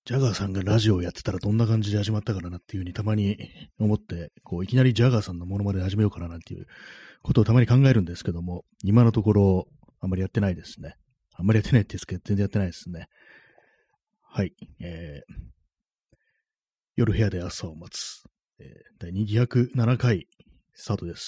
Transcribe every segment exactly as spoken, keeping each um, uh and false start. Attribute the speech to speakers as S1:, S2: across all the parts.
S1: ジャガーさんがラジオをやってたらどんな感じで始まったかなっていうふうにたまに思って、こういきなりジャガーさんのモノマネで始めようかななんていうことをたまに考えるんですけども、今のところあんまりやってないですね。あんまりやってないって言うんですけど、全然やってないですね。はい。えー、夜部屋で朝を待つ。えー、第にひゃくななかいスタートです。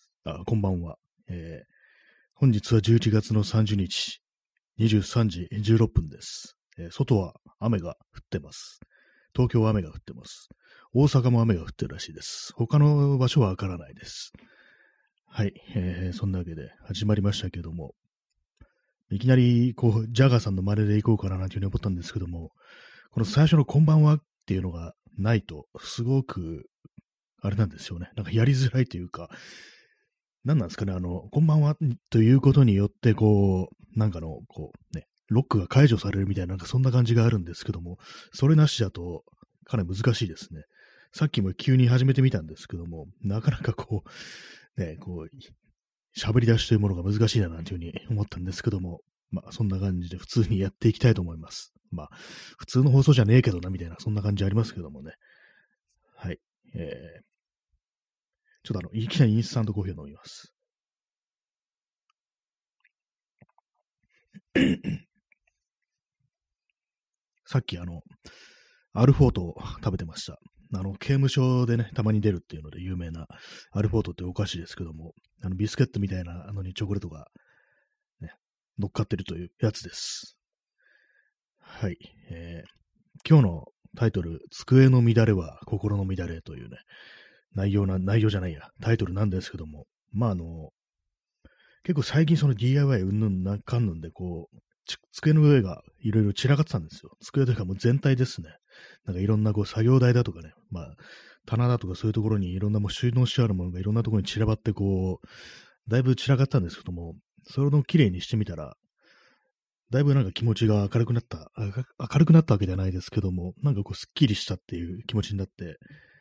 S1: あ、こんばんは。えー、本日はじゅういちがつのさんじゅうにち、にじゅうさんじじゅうろっぷんです。えー、外は雨が降ってます。東京は雨が降ってます。大阪も雨が降ってるらしいです。他の場所はわからないです。はい、えー、そんなわけで始まりましたけども、いきなりこうジャガーさんの真似でいこうかななんていうふうに思ったんですけども、この最初のこんばんはっていうのがないと、すごくあれなんですよね。なんかやりづらいというか、何なんですかね、あの、こんばんはということによって、こう、なんかの、こう、ね、ロックが解除されるみたいな、なんかそんな感じがあるんですけども、それなしだと、かなり難しいですね。さっきも急に始めてみたんですけども、なかなかこう、ね、こう、喋り出しというものが難しいななんていうふうに思ったんですけども、まあ、そんな感じで普通にやっていきたいと思います。まあ、普通の放送じゃねえけどな、みたいな、そんな感じありますけどもね。はい。えー、ちょっとあの、いきなりインスタントコーヒーを飲みます。さっきあの、アルフォートを食べてました。あの、刑務所でね、たまに出るっていうので有名なアルフォートってお菓子ですけども、あの、ビスケットみたいなのにチョコレートが、ね、乗っかってるというやつです。はい。えー、今日のタイトル、机の乱れは心の乱れというね、内容な、内容じゃないや、タイトルなんですけども、まああの、結構最近その ディーアイワイ うんぬんなんかんぬんでこう、机の上がいろいろ散らかってたんですよ。机というかもう全体ですね。なんかいろんなこう作業台だとかね、まあ、棚だとかそういうところにいろんなもう収納してあるものがいろんなところに散らばってこう、だいぶ散らかったんですけども、それをきれいにしてみたら、だいぶなんか気持ちが明るくなった、明るくなったわけじゃないですけども、なんかこうスッキリしたっていう気持ちになって、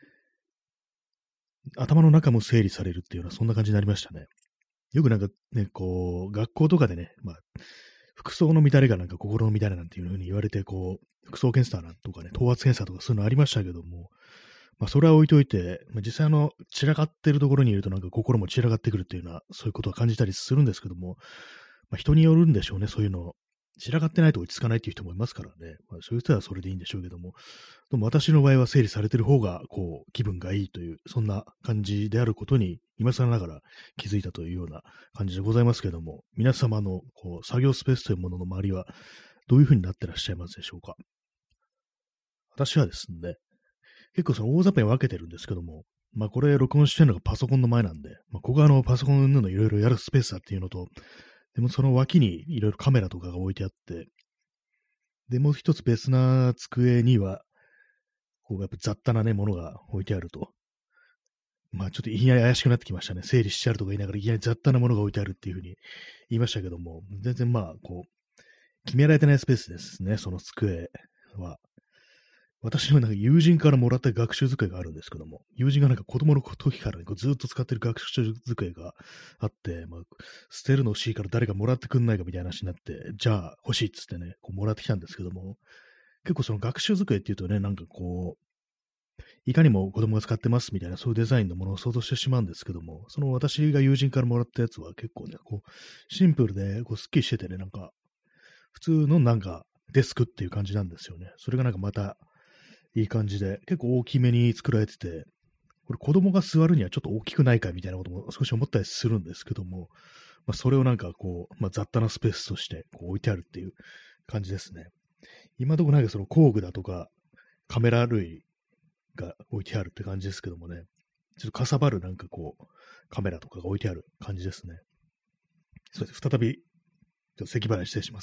S1: 頭の中も整理されるっていうような、そんな感じになりましたね。よくなんかね、こう、学校とかでね、まあ、服装の乱れがなんか心の乱れなんていう風に言われて、こう、服装検査とかね、頭圧検査とかそういうのありましたけども、まあ、それは置いといて、まあ、実際あの、散らかってるところにいるとなんか心も散らかってくるっていうのは、そういうことは感じたりするんですけども、まあ、人によるんでしょうね、そういうの。散らかってないと落ち着かないっていう人もいますからね。まあ、そういう人はそれでいいんでしょうけども、でも私の場合は整理されてる方が、こう、気分がいいという、そんな感じであることに、今更ながら気づいたというような感じでございますけども、皆様の、こう、作業スペースというものの周りは、どういう風になってらっしゃいますでしょうか。私はですね、結構その大雑把に分けてるんですけども、まあこれ録音してるのがパソコンの前なんで、まあここはあのパソコンのいろいろやるスペースだっていうのと、でもその脇にいろいろカメラとかが置いてあって、で、もう一つ別な机には、こうやっぱ雑多なね、ものが置いてあると。まあちょっといきなり怪しくなってきましたね。整理してあるとか言いながらいきなり雑多なものが置いてあるっていうふうに言いましたけども、全然まあこう、決められてないスペースですね、その机は。私のなんか友人からもらった学習机があるんですけども、友人がなんか子供の時から、ね、こうずっと使ってる学習机があって、まあ、捨てるの欲しいから誰かもらってくんないかみたいな話になって、じゃあ欲しいっつってね、こうもらってきたんですけども、結構その学習机っていうとね、なんかこう、いかにも子供が使ってますみたいな、そういうデザインのものを想像してしまうんですけども、その私が友人からもらったやつは結構ね、こう、シンプルで、こう、スッキリしててね、なんか、普通のなんか、デスクっていう感じなんですよね。それがなんかまた、いい感じで、結構大きめに作られてて、これ子供が座るにはちょっと大きくないかみたいなことも少し思ったりするんですけども、まあ、それをなんかこう、まあ、雑多なスペースとしてこう置いてあるっていう感じですね。今のところなんかその工具だとかカメラ類が置いてあるって感じですけどもね、ちょっとかさばるなんかこう、カメラとかが置いてある感じですね。そうです。再び、ちょっと咳払い失礼します。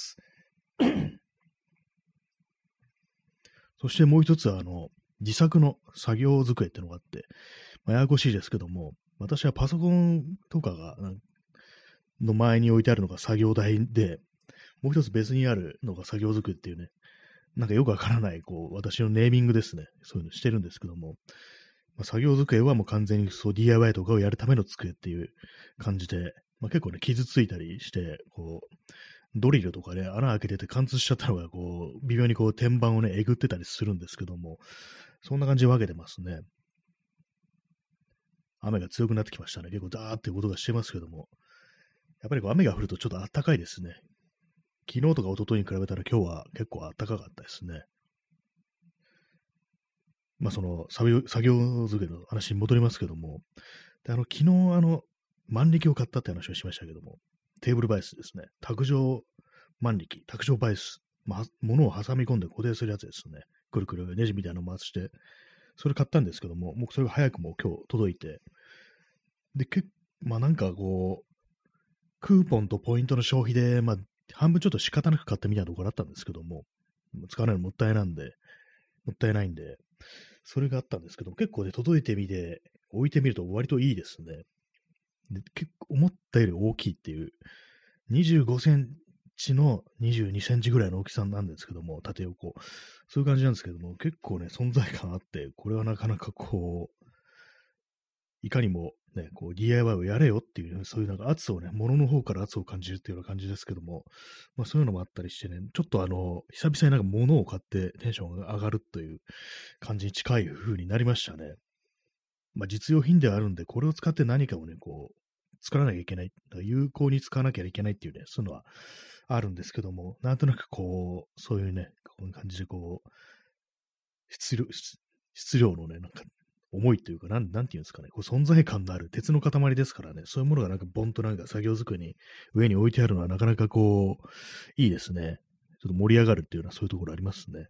S1: そしてもう一つは、あの、自作の作業机ってのがあって、まあ、ややこしいですけども、私はパソコンとかが、の前に置いてあるのが作業台で、もう一つ別にあるのが作業机っていうね、なんかよくわからない、こう、私のネーミングですね。そういうのしてるんですけども、まあ、作業机はもう完全にそう ディーアイワイ とかをやるための机っていう感じで、まあ、結構ね、傷ついたりして、こう、 ドリルとかね、穴開けてて貫通しちゃったのが、こう、微妙にこう、天板をね、えぐってたりするんですけども、そんな感じで分けてますね。雨が強くなってきましたね。結構ダーっていう音がしてますけども、やっぱりこう雨が降るとちょっと暖かいですね。昨日とか一昨日に比べたら今日は結構暖かかったですね。まあその作業、作業机の話に戻りますけども、であの昨日あの万力を買ったって話をしましたけども、テーブルバイスですね。卓上万力、卓上バイス、まあ、物を挟み込んで固定するやつですね。くるくるネジみたいなのを回して、それ買ったんですけども、もうそれが早くも今日届いて、で、けまあなんかこう、クーポンとポイントの消費で、まあ半分ちょっと仕方なく買ったみたいなところあったんですけども、使わないのもったいなんで、もったいないんで、それがあったんですけども、結構ね、届いてみて、置いてみると割といいですね。で結構思ったより大きいっていう、にじゅうごセンチのにじゅうにセンチぐらいの大きさなんですけども、縦横。そういう感じなんですけども、結構ね、存在感あって、これはなかなかこう、いかにもね、こう ディーアイワイ をやれよっていう、そういうなんか圧をね、物の方から圧を感じるっていうような感じですけども、まあそういうのもあったりしてね、ちょっとあの、久々になんか物を買ってテンションが上がるという感じに近い風になりましたね。まあ実用品ではあるんで、これを使って何かをね、こう、作らなきゃいけない、有効に使わなきゃいけないっていうね、そういうのはあるんですけども、なんとなくこう、そういうね、こういう感じでこう、質量、質量のね、なんか重いというか、なん、なんていうんですかね、こう存在感のある鉄の塊ですからね、そういうものがなんかボンとなんか作業机に上に置いてあるのはなかなかこう、いいですね。ちょっと盛り上がるっていうようなそういうところありますね。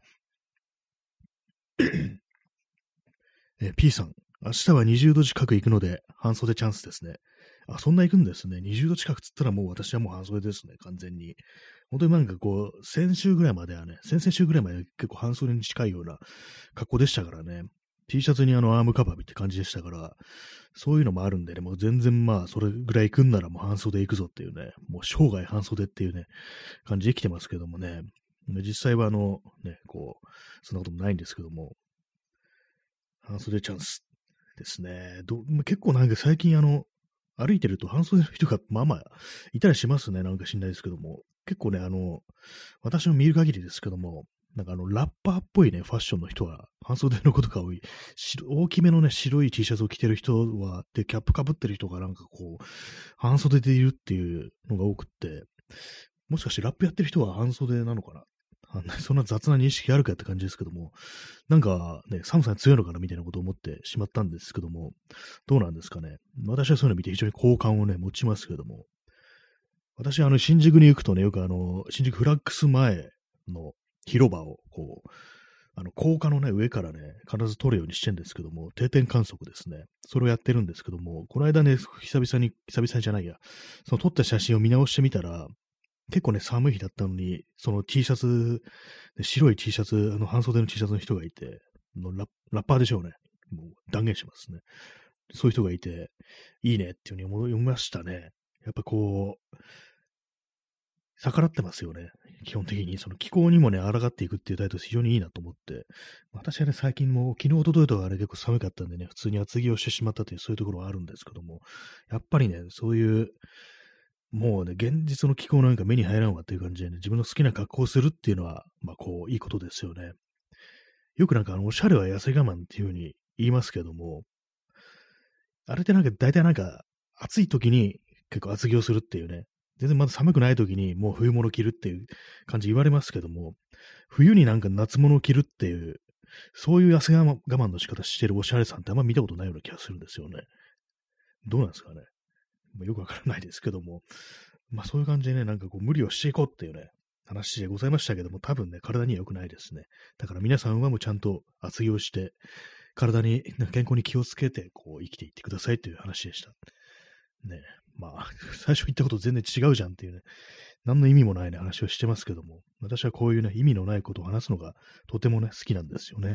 S1: え P さん、明日はにじゅうど近く行くので半袖チャンスですね。あ、そんな行くんですね。にじゅうど近くつったらもう私はもう半袖ですね、完全に。本当になんかこう、先週ぐらいまではね、先々週ぐらいまで結構半袖に近いような格好でしたからね。T シャツにあのアームカバーって感じでしたから、そういうのもあるんでね、もう全然まあ、それぐらい行くんならもう半袖行くぞっていうね、もう生涯半袖っていうね、感じで来てますけどもね。実際はあの、ね、こう、そんなこともないんですけども、半袖チャンスですね。ど結構なんか最近あの、歩いてると半袖の人がまあまあいたりしますね。なんか知んないですけども。結構ね、あの、私の見る限りですけども、なんかあの、ラッパーっぽいね、ファッションの人は半袖のことが多い。大きめのね、白い T シャツを着てる人は、で、キャップかぶってる人がなんかこう、半袖でいるっていうのが多くって、もしかしてラップやってる人は半袖なのかな、そんな雑な認識あるかって感じですけども、なんかね、寒さに強いのかなみたいなことを思ってしまったんですけども、どうなんですかね。私はそういうのを見て非常に好感をね、持ちますけども、私はあの、新宿に行くとね、よくあの、新宿フラックス前の広場を、こう、あの、高架のね、上からね、必ず撮るようにしてるんですけども、定点観測ですね。それをやってるんですけども、この間ね、久々に、久々じゃないや、その撮った写真を見直してみたら、結構ね、寒い日だったのに、その T シャツ、白い T シャツ、あの半袖の T シャツの人がいて、のララッパーでしょうね。もう断言しますね。そういう人がいて、いいねっていうふうに思いましたね。やっぱこう、逆らってますよね。基本的に。その気候にもね、抗っていくっていう態度非常にいいなと思って。私はね、最近も、昨日、一昨日とかあれ結構寒かったんでね、普通に厚着をしてしまったという、そういうところはあるんですけども、やっぱりね、そういう、もうね、現実の気候なんか目に入らんわっていう感じでね、自分の好きな格好をするっていうのは、まあこう、いいことですよね。よくなんかあの、おしゃれは痩せ我慢っていうふうに言いますけども、あれってなんか大体なんか、暑い時に結構厚着をするっていうね、全然まだ寒くない時にもう冬物着るっていう感じ言われますけども、冬になんか夏物を着るっていう、そういう痩せ我慢の仕方してるおしゃれさんってあんま見たことないような気がするんですよね。どうなんですかね。まあ、よくわからないですけども、まあそういう感じでね、なんかこう無理をしていこうっていうね、話でございましたけども、多分ね、体には良くないですね。だから皆さんはもうちゃんと厚着をして、体に、健康に気をつけて、こう生きていってくださいという話でした。ね、まあ、最初言ったこと全然違うじゃんっていうね、何の意味もないね、話をしてますけども、私はこういうね、意味のないことを話すのがとてもね、好きなんですよね。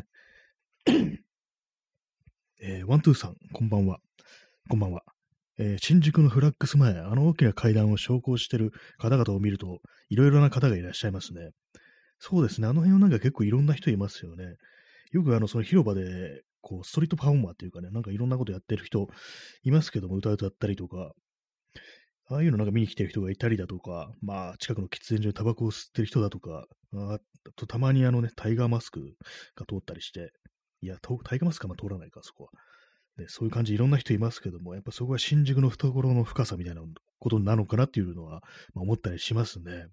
S1: えーワントゥーさん、こんばんは。こんばんは。えー新宿のフラックス前、あの大きな階段を昇降してる方々を見ると、いろいろな方がいらっしゃいますね。そうですね、あの辺はなんか結構いろんな人いますよね。よくあの、その広場で、こう、ストリートパフォーマーっていうかね、なんかいろんなことやってる人いますけども、歌う歌ったりとか、 ああいうのなんか見に来てる人がいたりだとか、まあ、近くの喫煙所でタバコを吸ってる人だとか、ああとたまにあのね、タイガーマスクが通ったりして、いや、とタイガーマスクはまあ通らないか、そこは。で、そういう感じいろんな人いますけども、やっぱそこは新宿の懐の深さみたいなことなのかなっていうのは、まあ、思ったりしますね。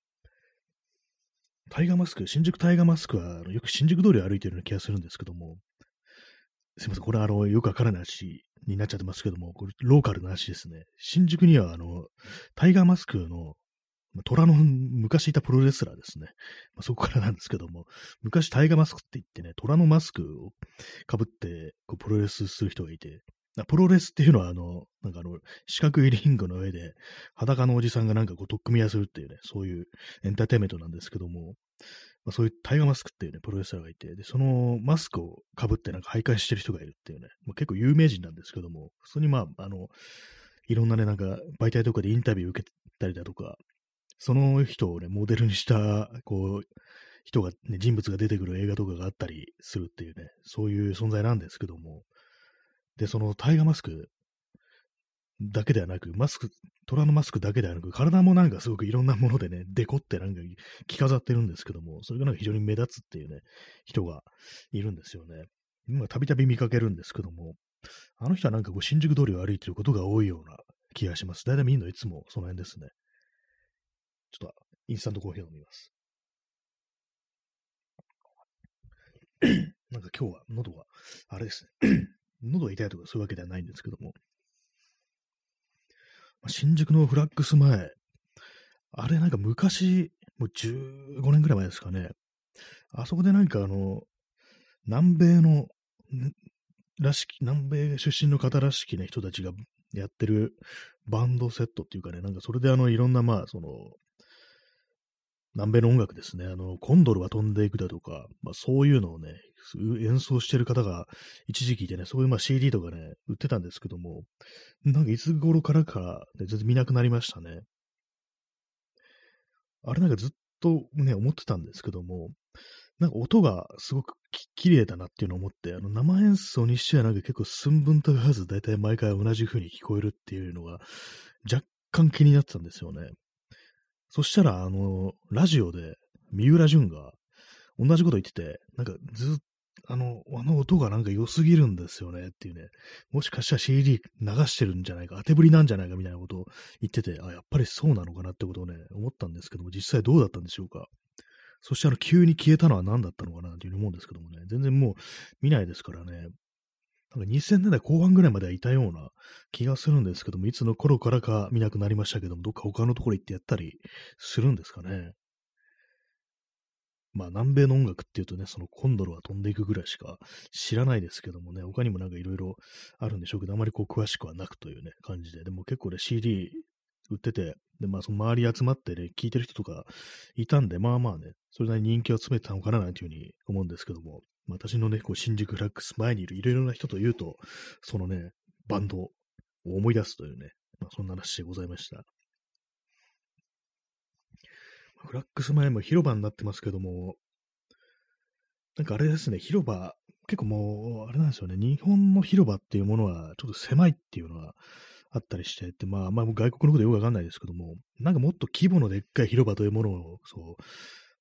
S1: タイガーマスク、新宿タイガーマスクは、あのよく新宿通りを歩いてるような気がするんですけども、すいません、これはあの、よくわからない話になっちゃってますけども、これ、ローカルな話ですね。新宿には、あの、タイガーマスクの、まあ虎の昔いたプロレスラーですね。まあ、そこからなんですけども、昔タイガーマスクって言ってね、虎のマスクを被ってこうプロレスする人がいて、あプロレスっていうのは、あの、なんかあの、四角いリングの上で、裸のおじさんがなんかこう、取っ組み合いするっていうね、そういうエンターテインメントなんですけども、まあ、そういうタイガーマスクっていうね、プロレスラーがいて、で、そのマスクを被ってなんか徘徊してる人がいるっていうね、まあ、結構有名人なんですけども、普通にまあ、あの、いろんなね、なんか媒体とかでインタビュー受けたりだとか、その人をね、モデルにした、こう、人が、ね、人物が出てくる映画とかがあったりするっていうね、そういう存在なんですけども、で、そのタイガーマスクだけではなく、マスク、虎のマスクだけではなく、体もなんかすごくいろんなものでね、デコってなんか着飾ってるんですけども、それがなんか非常に目立つっていうね、人がいるんですよね。今、たびたび見かけるんですけども、あの人はなんかこう、新宿通りを歩いてることが多いような気がします。だいたい見るのいつもその辺ですね。ちょっと、インスタントコーヒーを飲みます。なんか今日は喉が、あれですね。喉が痛いとかそういうわけではないんですけども、新宿のフラッグス前、あれなんか昔、もうじゅうごねんぐらい前ですかね。あそこでなんかあの、南米の、らしき、南米出身の方らしきね、人たちがやってるバンドセットっていうかね、なんかそれであの、いろんなまあ、その、南米の音楽ですね。あの、コンドルは飛んでいくだとか、まあそういうのをね、演奏してる方が一時期いてね、そういうまあ シーディー とかね、売ってたんですけども、なんかいつ頃からか、ね、全然見なくなりましたね。あれなんかずっとね、思ってたんですけども、なんか音がすごくき綺麗だなっていうのを思って、あの生演奏にしてはなんか結構寸分たがわず大体毎回同じ風に聞こえるっていうのが若干気になってたんですよね。そしたら、あの、ラジオで三浦淳が同じこと言ってて、なんかずっとあの、あの音がなんか良すぎるんですよねっていうね、もしかしたら シーディー 流してるんじゃないか、当てぶりなんじゃないかみたいなことを言ってて、あ、やっぱりそうなのかなってことをね、思ったんですけども、実際どうだったんでしょうか。そしてあの、急に消えたのは何だったのかなっていうふうに思うんですけどもね、全然もう見ないですからね、なんかにせんねんだいこう半ぐらいまではいたような気がするんですけども、いつの頃からか見なくなりましたけども、どっか他のところ行ってやったりするんですかね。まあ、南米の音楽っていうとね、そのコンドルは飛んでいくぐらいしか知らないですけどもね、他にもなんかいろいろあるんでしょうけど、あまりこう詳しくはなくというね、感じで、でも結構ね、シーディー 売ってて、で、まあ、その周り集まってね、聴いてる人とかいたんで、まあまあね、それなりに人気を集めてたのかななんていうふうに思うんですけども、私のね、こう新宿フラッグス前にいるいろいろな人と言うと、そのね、バンドを思い出すというね、まあ、そんな話でございました。フラッグス前も広場になってますけども、なんかあれですね、広場、結構もう、あれなんですよね、日本の広場っていうものはちょっと狭いっていうのはあったりしてて、まあ、まあ、外国のことよくわかんないですけども、なんかもっと規模のでっかい広場というものを、そう、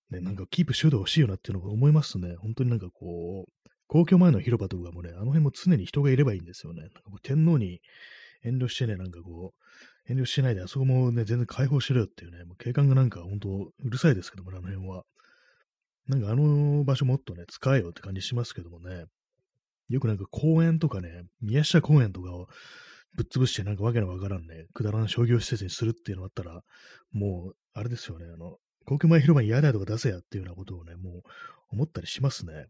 S1: ね、なんかキープしようとほしいよなっていうのを思いますね。本当になんかこう、皇居前の広場とかもね、あの辺も常に人がいればいいんですよね。なんかこう天皇に遠慮してね、なんかこう、遠慮してないで、あそこもね、全然開放しろよっていうね、もう景観がなんか本当うるさいですけども、あの辺は。なんかあの場所もっとね、使えよって感じしますけどもね。よくなんか公園とかね、宮下公園とかをぶっ潰してなんかわけのわからんね、くだらん商業施設にするっていうのがあったら、もう、あれですよね、あの、皇居前広場に屋台とか出せやっていうようなことをね、もう思ったりしますね。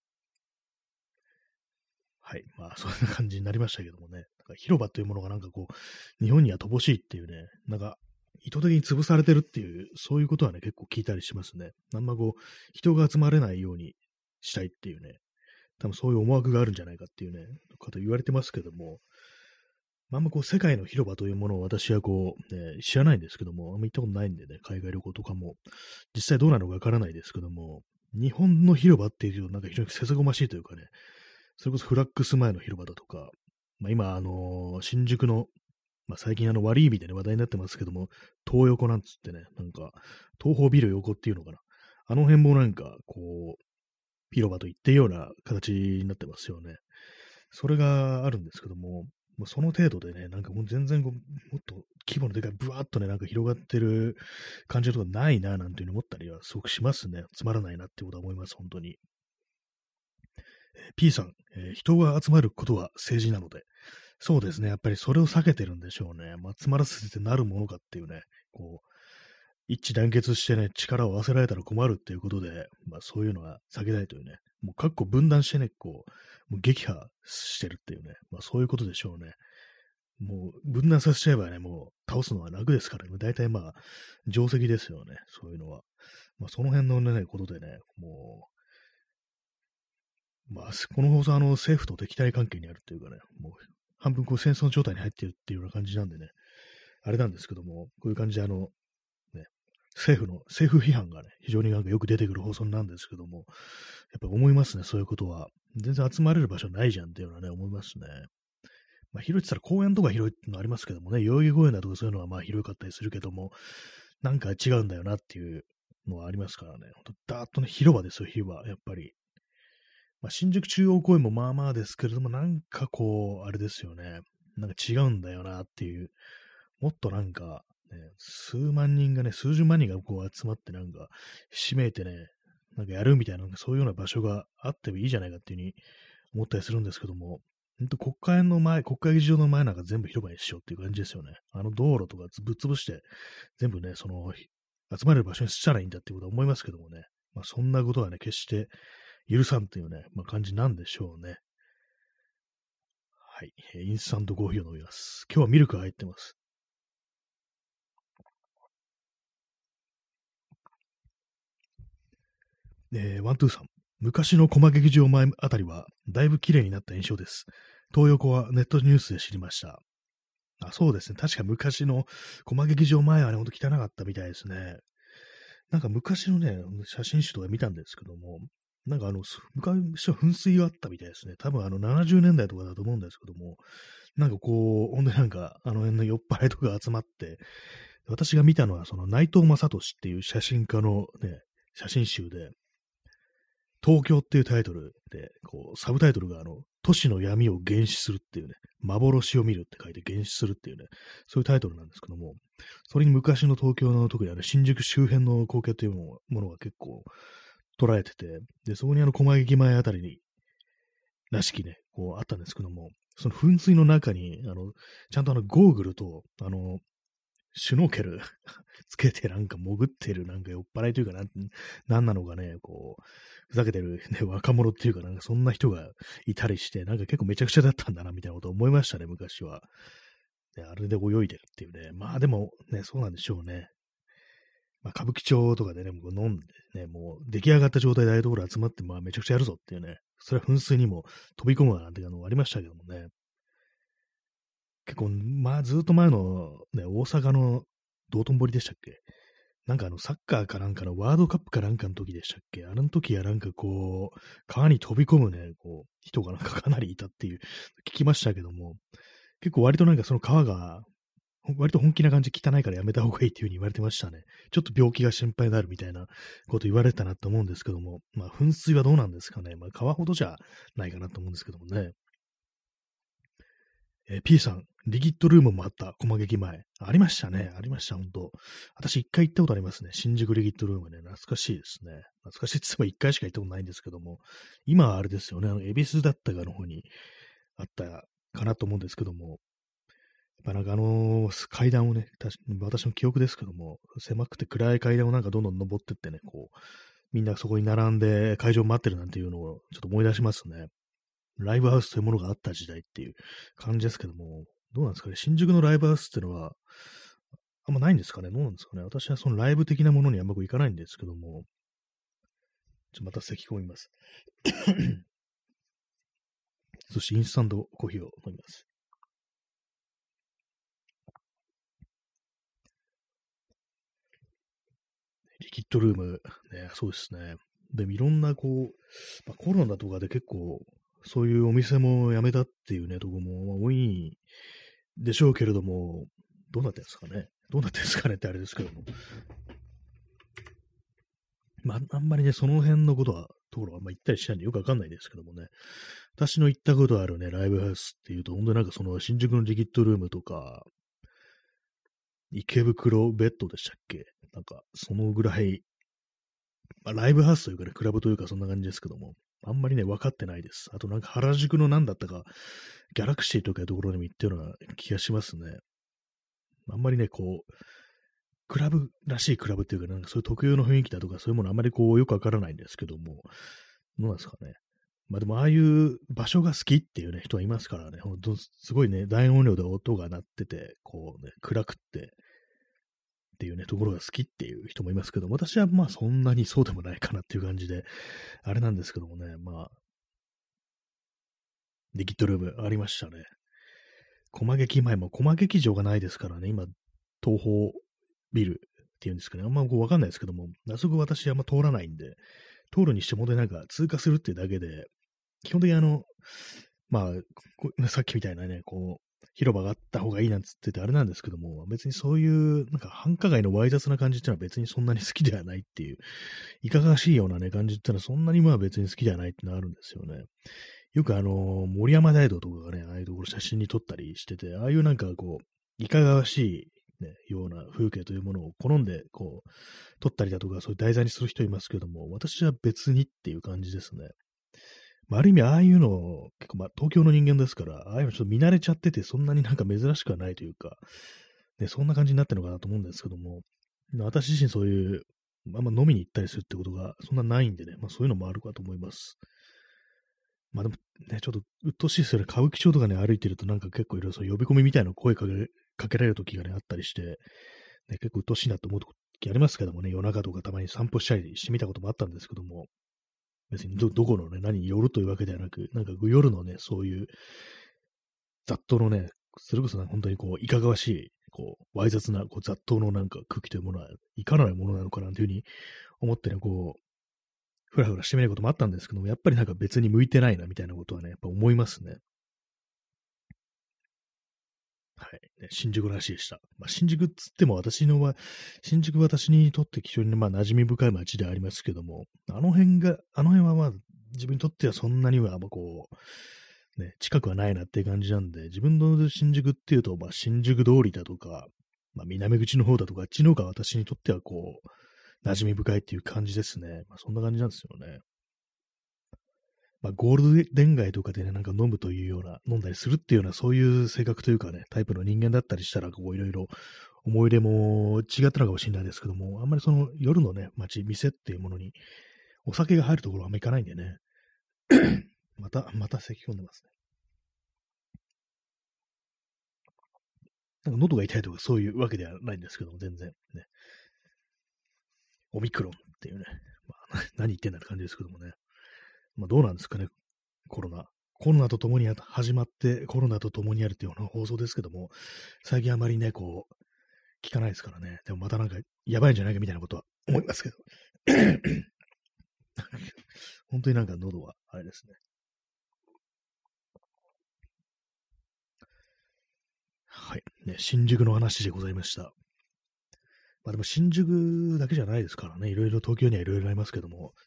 S1: はい。まあ、そんな感じになりましたけどもね。なんか広場というものがなんかこう、日本には乏しいっていうね、なんか、意図的に潰されてるっていう、そういうことはね、結構聞いたりしますね。あんまこう、人が集まれないようにしたいっていうね、多分そういう思惑があるんじゃないかっていうね、こと言われてますけども、まあんまこう世界の広場というものを私はこう、ね、知らないんですけども、あんま行ったことないんでね、海外旅行とかも、実際どうなのかわからないですけども、日本の広場っていうとなんか非常にせせこましいというかね、それこそフラッグス前の広場だとか、まあ今、あのー新宿のまあ最近あの悪い意味でね、話題になってますけども、東横なんつってね、なんか、東宝ビル横っていうのかな。あの辺もなんか、こう、広場と言ってような形になってますよね。それがあるんですけども、もうその程度でね、なんかもう全然こうもっと規模のでかい、ブワーっとね、なんか広がってる感じのとこないな、なんていうふうに思ったりはすごくしますね。つまらないなってことは思います、本当に。えー P さん、えー人が集まることは政治なので、そうですね、やっぱりそれを避けてるんでしょうね。まあ、集まらせてなるものかっていうね、こう、一致団結してね、力を合わせられたら困るっていうことで、まあそういうのは避けたいというね、もう各個分断してね、こう、もう撃破してるっていうね、まあそういうことでしょうね。もう分断させちゃえばね、もう倒すのは楽ですからね、大体まあ定石ですよね、そういうのは。まあその辺のね、ことでね、もう、まあこの放送はあの政府と敵対関係にあるっていうかね、もう半分こう戦争状態に入ってるっていうような感じなんでね、あれなんですけども、こういう感じであの、ね、政府の、政府批判がね、非常になんかよく出てくる放送なんですけども、やっぱ思いますね、そういうことは。全然集まれる場所ないじゃんっていうのはね、思いますね。まあ、広いって言ったら公園とか広いってのありますけどもね、代々木公園だとかそういうのはまあ広かったりするけども、なんか違うんだよなっていうのはありますからね。ほんと、だーっとね、広場ですよ、広場、やっぱり。まあ、新宿中央公園もまあまあですけれども、なんかこう、あれですよね。なんか違うんだよなっていう、もっとなんか、ね、数万人がね、数十万人がこう集まってなんか、ひしめいてね、なんかやるみたいな、そういうような場所があってもいいじゃないかっていうふうに思ったりするんですけども、ほんと国会の前、国会議事堂の前なんか全部広場にしようっていう感じですよね。あの道路とかぶっ潰して、全部ね、その、集まれる場所にしたらいいんだっていうことは思いますけどもね。まあそんなことはね、決して許さんっていうね、まあ感じなんでしょうね。はい。インスタントコーヒーを飲みます。今日はミルクが入ってます。えー、ワントゥーさん。昔の駒劇場前あたりは、だいぶ綺麗になった印象です。東横はネットニュースで知りました。あ、そうですね。確か昔の駒劇場前はね、ほんと汚かったみたいですね。なんか昔のね、写真集とか見たんですけども、なんかあの、す昔は噴水があったみたいですね。多分あのななじゅうねんだいとかだと思うんですけども、なんかこう、ほんでなんかあの辺の酔っ払いとかが集まって、私が見たのはその内藤正俊っていう写真家のね、写真集で、東京っていうタイトルで、こう、サブタイトルが、あの、都市の闇を幻視するっていうね、幻を見るって書いて幻視するっていうね、そういうタイトルなんですけども、それに昔の東京の特にあの新宿周辺の光景というものが結構捉えてて、で、そこにあの、駒劇前あたりに、らしきね、こうあったんですけども、その噴水の中に、あの、ちゃんとあの、ゴーグルと、あの、シュノーケルつけてなんか潜ってる、なんか酔っ払いというかなん、なんなのかね、こう、ふざけてる、ね、若者っていうかなんかそんな人がいたりして、なんか結構めちゃくちゃだったんだな、みたいなことを思いましたね、昔は。ね、あれで泳いでるっていうね。まあでもね、そうなんでしょうね。まあ歌舞伎町とかでね、もう飲んでね、もう出来上がった状態でああいうところ集まって、まあめちゃくちゃやるぞっていうね。それは噴水にも飛び込むなんていうのもありましたけどもね。結構、まあずっと前のね、大阪の道頓堀でしたっけ、なんかあの、サッカーかなんかのワールドカップかなんかの時でしたっけ、あの時はなんかこう、川に飛び込むね、こう、人がなんかかなりいたっていう、聞きましたけども、結構割となんかその川が、割と本気な感じ汚いからやめた方がいいっていう風に言われてましたね。ちょっと病気が心配になるみたいなこと言われたなと思うんですけども、まあ噴水はどうなんですかね。まあ川ほどじゃないかなと思うんですけどもね。えー P さん、リキッドルームもあった、駒劇前。ありましたね。ありました、本当私一回行ったことありますね。新宿リキッドルームね。懐かしいですね。懐かしいって言っても一回しか行ったことないんですけども、今はあれですよね。あの、恵比寿だったかの方にあったかなと思うんですけども、やっぱなんかあのー階段をね、確かに私の記憶ですけども、狭くて暗い階段をなんかどんどん登ってってね、こう、みんなそこに並んで会場を待ってるなんていうのをちょっと思い出しますね。ライブハウスというものがあった時代っていう感じですけども、どうなんですかね。新宿のライブハウスっていうのは、あんまないんですかね。どうなんですかね。私はそのライブ的なものにあんまこう行かないんですけども、ちょっとまた咳込みます。そしてインスタントコーヒーを飲みます。リキッドルーム、ね、そうですね。でもいろんなこう、まあ、コロナとかで結構、そういうお店も辞めたっていうね、とこも多いでしょうけれども、どうなってんですかね。どうなってんですかねってあれですけども。まあ、あんまりね、その辺のことは、ところはあんま言ったりしないんでよくわかんないですけどもね。私の行ったことあるね、ライブハウスっていうと、本当になんかその新宿のリキッドルームとか、池袋ベッドでしたっけなんか、そのぐらい、まあ、ライブハウスというかね、クラブというかそんな感じですけども、あんまりね、分かってないです。あとなんか原宿の何だったか、ギャラクシーとかいうところにも行ったような気がしますね。あんまりね、こう、クラブらしいクラブっていうか、なんかそういう特有の雰囲気だとか、そういうものあんまりこう、よくわからないんですけども、どうなんですかね。まあでも、ああいう場所が好きっていうね、人はいますからね、ほんと、すごいね、大音量で音が鳴ってて、こうね、暗くってっていうね、ところが好きっていう人もいますけど、私はまあそんなにそうでもないかなっていう感じで、あれなんですけどもね、まあ、リキッドルームありましたね。駒劇前も駒劇場がないですからね、今、東宝ビルっていうんですかね、あんまこうわかんないですけども、あそこ私あんま通らないんで、通るにしてもでなんか通過するっていうだけで、基本的にあの、まあ、さっきみたいなね、こう、広場があった方がいいなんつっててあれなんですけども、別にそういう、なんか繁華街のわい雑な感じっていうのは別にそんなに好きではないっていう、いかがわしいようなね、感じっていうのはそんなにまあ別に好きではないっていうのはあるんですよね。よくあの、森山大道とかがね、ああいうところ写真に撮ったりしてて、ああいうなんかこう、いかがわしい、ね、ような風景というものを好んで、こう、撮ったりだとか、そういう題材にする人いますけども、私は別にっていう感じですね。まあ、ある意味、ああいうのを、結構まあ、東京の人間ですから、ああいうのちょっと見慣れちゃってて、そんなになんか珍しくはないというか、ね、そんな感じになってるのかなと思うんですけども、私自身そういう、あんま飲みに行ったりするってことがそんなないんでね、まあそういうのもあるかと思います。まあでもね、ちょっと鬱陶しいですよね。歌舞伎町とかね、歩いてるとなんか結構いろいろそう呼び込みみたいな声かけかけられる時がね、あったりして、ね、結構鬱陶しいなと思う時ありますけどもね、夜中とかたまに散歩したりしてみたこともあったんですけども、別にど、どこのね、何によるというわけではなく、なんか夜のね、そういう雑踏のね、それこそね、本当にこう、いかがわしい、こう、わい雑なこう雑踏のなんか空気というものは、いかないものなのかなというふうに思ってね、こう、ふらふらしてみることもあったんですけども、やっぱりなんか別に向いてないなみたいなことはね、やっぱ思いますね。はい。ね、新宿の話でした。まあ、新宿っつっても私のは、新宿私にとって非常にまあ馴染み深い街でありますけども、あの辺が、あの辺はまあ自分にとってはそんなにはまあこう、ね、近くはないなっていう感じなんで、自分の新宿っていうと、まあ新宿通りだとか、まあ南口の方だとか、あっちの方が私にとってはこう、馴染み深いっていう感じですね。まあそんな感じなんですよね。まあ、ゴールデン街とかでね、なんか飲むというような、飲んだりするっていうような、そういう性格というかね、タイプの人間だったりしたら、こう、いろいろ思い入れも違ったのかもしれないですけども、あんまりその夜のね、街、店っていうものに、お酒が入るところはあんま行かないんでね、また、また咳込んでますね。なんか喉が痛いとかそういうわけではないんですけども、全然ね、オミクロンっていうね、まあ、何言ってんだって感じですけどもね。まあ、どうなんですかね、コロナ。コロナと共に始まって、コロナと共にあるっていうような放送ですけども、最近あまりね、こう、聞かないですからね。でもまたなんか、やばいんじゃないかみたいなことは思いますけど。本当になんか喉は、あれですね。はい。ね、新宿の話でございました。まあでも新宿だけじゃないですからね。いろいろ東京にはいろいろありますけども、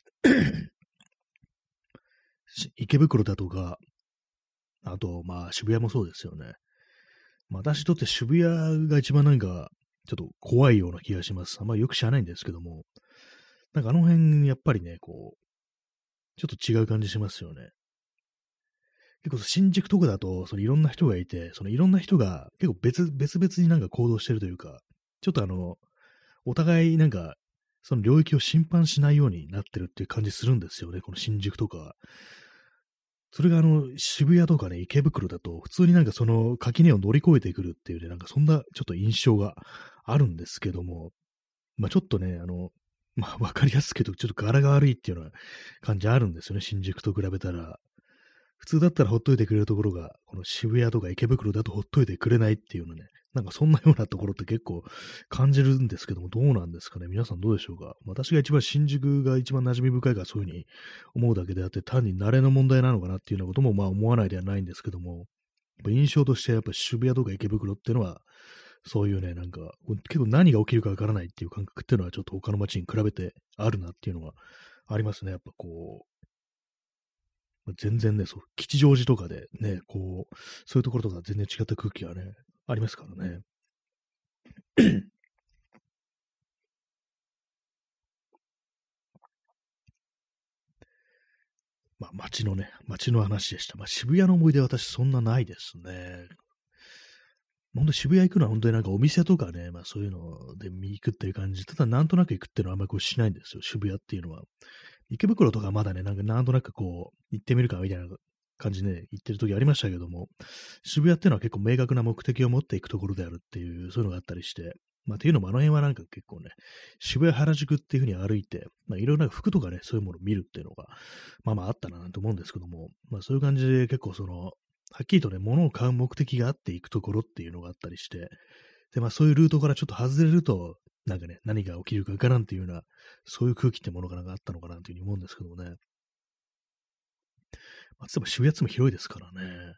S1: 池袋だとか、あと、まあ渋谷もそうですよね。私にとって渋谷が一番なんか、ちょっと怖いような気がします。あんまりよく知らないんですけども、なんかあの辺、やっぱりね、こう、ちょっと違う感じしますよね。結構新宿とかだと、そのいろんな人がいて、そのいろんな人が結構別、別々になんか行動してるというか、ちょっとあの、お互いなんか、その領域を侵犯しないようになってるっていう感じするんですよね、この新宿とか。それがあの、渋谷とかね、池袋だと、普通になんかその垣根を乗り越えてくるっていうね、なんかそんなちょっと印象があるんですけども、まあちょっとね、あの、まあわかりやすくけど、ちょっと柄が悪いっていうような感じあるんですよね、新宿と比べたら。普通だったらほっといてくれるところが、この渋谷とか池袋だとほっといてくれないっていうのね、なんかそんなようなところって結構感じるんですけども、どうなんですかね。皆さんどうでしょうか。私が一番新宿が一番馴染み深いからそういうふうに思うだけであって、単に慣れの問題なのかなっていうようなこともまあ思わないではないんですけども、 ぱ印象としてやっぱ渋谷とか池袋っていうのは、そういうね、なんか、結構何が起きるかわからないっていう感覚っていうのはちょっと他の街に比べてあるなっていうのはありますね。やっぱこう、全然ね、そう、吉祥寺とかでね、こう、そういうところとか全然違った空気がね、ありますからね。まあ、街のね、街の話でした。まあ、渋谷の思い出は私そんなないですね。ほんと渋谷行くのは本当になんかお店とかね、まあそういうので見行くっていう感じ。ただなんとなく行くっていうのはあんまりこうしないんですよ、渋谷っていうのは。池袋とかまだね、なんかなんとなくこう、行ってみるかみたいな感じで行ってる時ありましたけども、渋谷っていうのは結構明確な目的を持っていくところであるっていう、そういうのがあったりして、まあっていうのもあの辺はなんか結構ね、渋谷原宿っていう風に歩いて、まあいろいろな服とかね、そういうものを見るっていうのが、まあまああったななんて思うんですけども、まあそういう感じで結構その、はっきりとね、物を買う目的があって行くところっていうのがあったりして、で、まあそういうルートからちょっと外れると、なんかね、何が起きるかわからんっていうような、そういう空気ってものがなんかあったのかなというふうに思うんですけどもね。まあ、つまり渋谷っても広いですからね。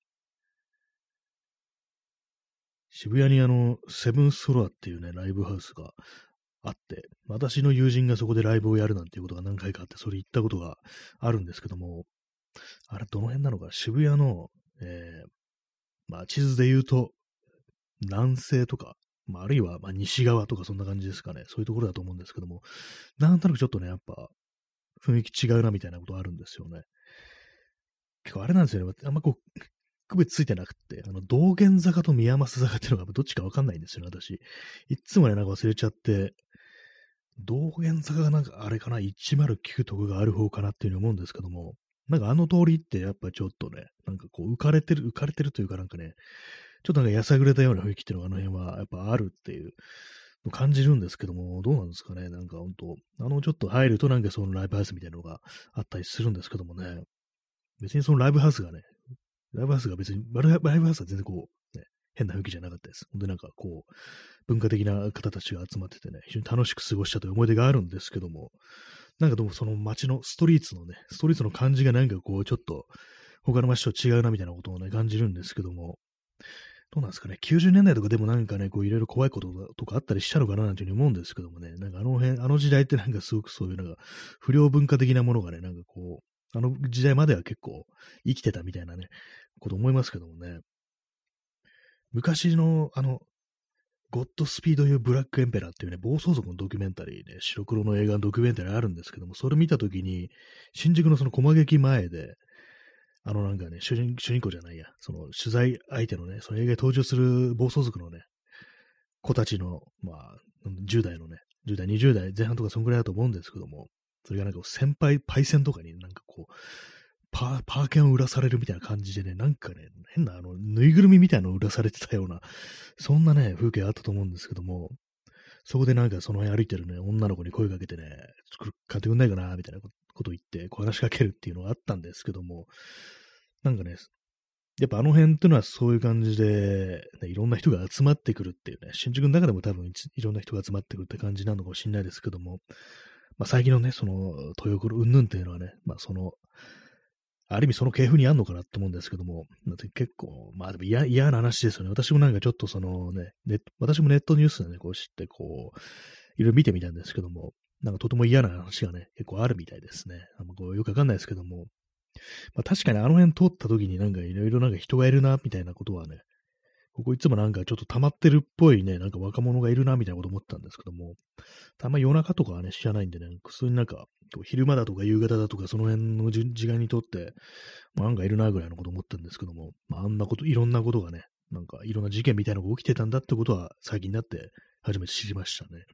S1: 渋谷にあの、セブンストロアっていうね、ライブハウスがあって、私の友人がそこでライブをやるなんていうことが何回かあって、それ行ったことがあるんですけども、あれどの辺なのか、渋谷の、えー、まあ地図で言うと、南西とか、まあ、あるいはまあ西側とかそんな感じですかね。そういうところだと思うんですけども、なんとなくちょっとね、やっぱ雰囲気違うなみたいなことあるんですよね。結構あれなんですよね。あんまこう、区別ついてなくって、あの、道玄坂と宮益坂っていうのがどっちかわかんないんですよね、私。いっつもね、なんか忘れちゃって、道玄坂がなんかあれかな、いちまるきゅうとかがある方かなっていうふうに思うんですけども、なんかあの通りってやっぱちょっとね、なんかこう浮かれてる、浮かれてるというかなんかね、ちょっとなんかやさぐれたような雰囲気っていうのがあの辺はやっぱあるっていうのを感じるんですけども、どうなんですかね、なんか本当あのちょっと入るとなんかそのライブハウスみたいなのがあったりするんですけどもね、別にそのライブハウスがね、ライブハウスが別に、ライブハウスは全然こう、ね、変な雰囲気じゃなかったです。本当になんかこう、文化的な方たちが集まっててね、非常に楽しく過ごしたという思い出があるんですけども、なんかでもその街のストリートのね、ストリートの感じがなんかこう、ちょっと他の街と違うなみたいなことをね、感じるんですけども、どうなんですかね、きゅうじゅうねんだいとかでもなんかね、こういろいろ怖いこととかあったりしたのかななんていうふうに思うんですけどもね、なんかあの辺、あの時代ってなんかすごくそういうなんか不良文化的なものがね、なんかこう、あの時代までは結構生きてたみたいなね、こと思いますけどもね、昔のあの、ゴッドスピード・ユー・ブラック・エンペラーっていうね、暴走族のドキュメンタリーで、白黒の映画のドキュメンタリーあるんですけども、それ見たときに、新宿のその駒劇前で、あのなんかね、主人主人公じゃないや、その取材相手のね、その映画に登場する暴走族のね、子たちの、まあ、じゅう代のね、じゅう代、にじゅう代前半とかそんぐらいだと思うんですけども、それがなんか先輩、パイセンとかになんかこう、パー、パー券を売らされるみたいな感じでね、なんかね、変なあの、ぬいぐるみみたいなのを売らされてたような、そんなね、風景あったと思うんですけども、そこでなんかその辺歩いてるね、女の子に声かけてね、これ買ってくんないかな、みたいなことを言って、こう話しかけるっていうのがあったんですけども、なんかね、やっぱあの辺っていうのはそういう感じで、ね、いろんな人が集まってくるっていうね、新宿の中でも多分いいろんな人が集まってくるって感じなのかもしれないですけども、まあ最近のね、その、豊頃うんぬんっていうのはね、まあその、ある意味その系譜にあんのかなと思うんですけども、だって結構、まあでも嫌、嫌な話ですよね。私もなんかちょっとそのね、ネット私もネットニュースでね、こう知って、こう、いろいろ見てみたんですけども、なんかとても嫌な話がね、結構あるみたいですね。あんまこうよくわかんないですけども、まあ確かにあの辺通った時になんかいろいろなんか人がいるな、みたいなことはね、ここいつもなんかちょっと溜まってるっぽいね、なんか若者がいるな、みたいなこと思ったんですけども、たま夜中とかはね、知らないんでね、普通になんか、昼間だとか夕方だとか、その辺の時時間にとって、まあ、なんかいるなぐらいのこと思ったんですけども、まあ、あんなこと、いろんなことがね、なんかいろんな事件みたいなのが起きてたんだってことは最近になって初めて知りましたね。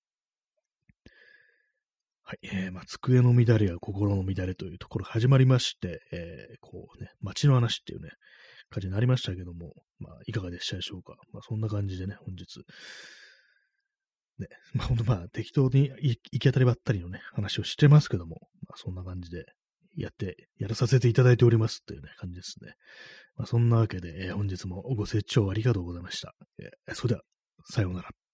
S1: はい。えー、まあ、机の乱れや心の乱れというところ始まりまして、えー、こうね、街の話っていうね、感じになりましたけども、まあ、いかがでしたでしょうか。まあ、そんな感じでね、本日、ね、まあ、ほんとまあ、適当に行き当たりばったりのね、話をしてますけども、まあ、そんな感じでやって、やらさせていただいておりますっていうね、感じですね。まあ、そんなわけで、えー本日もご清聴ありがとうございました。えーそれでは、さようなら。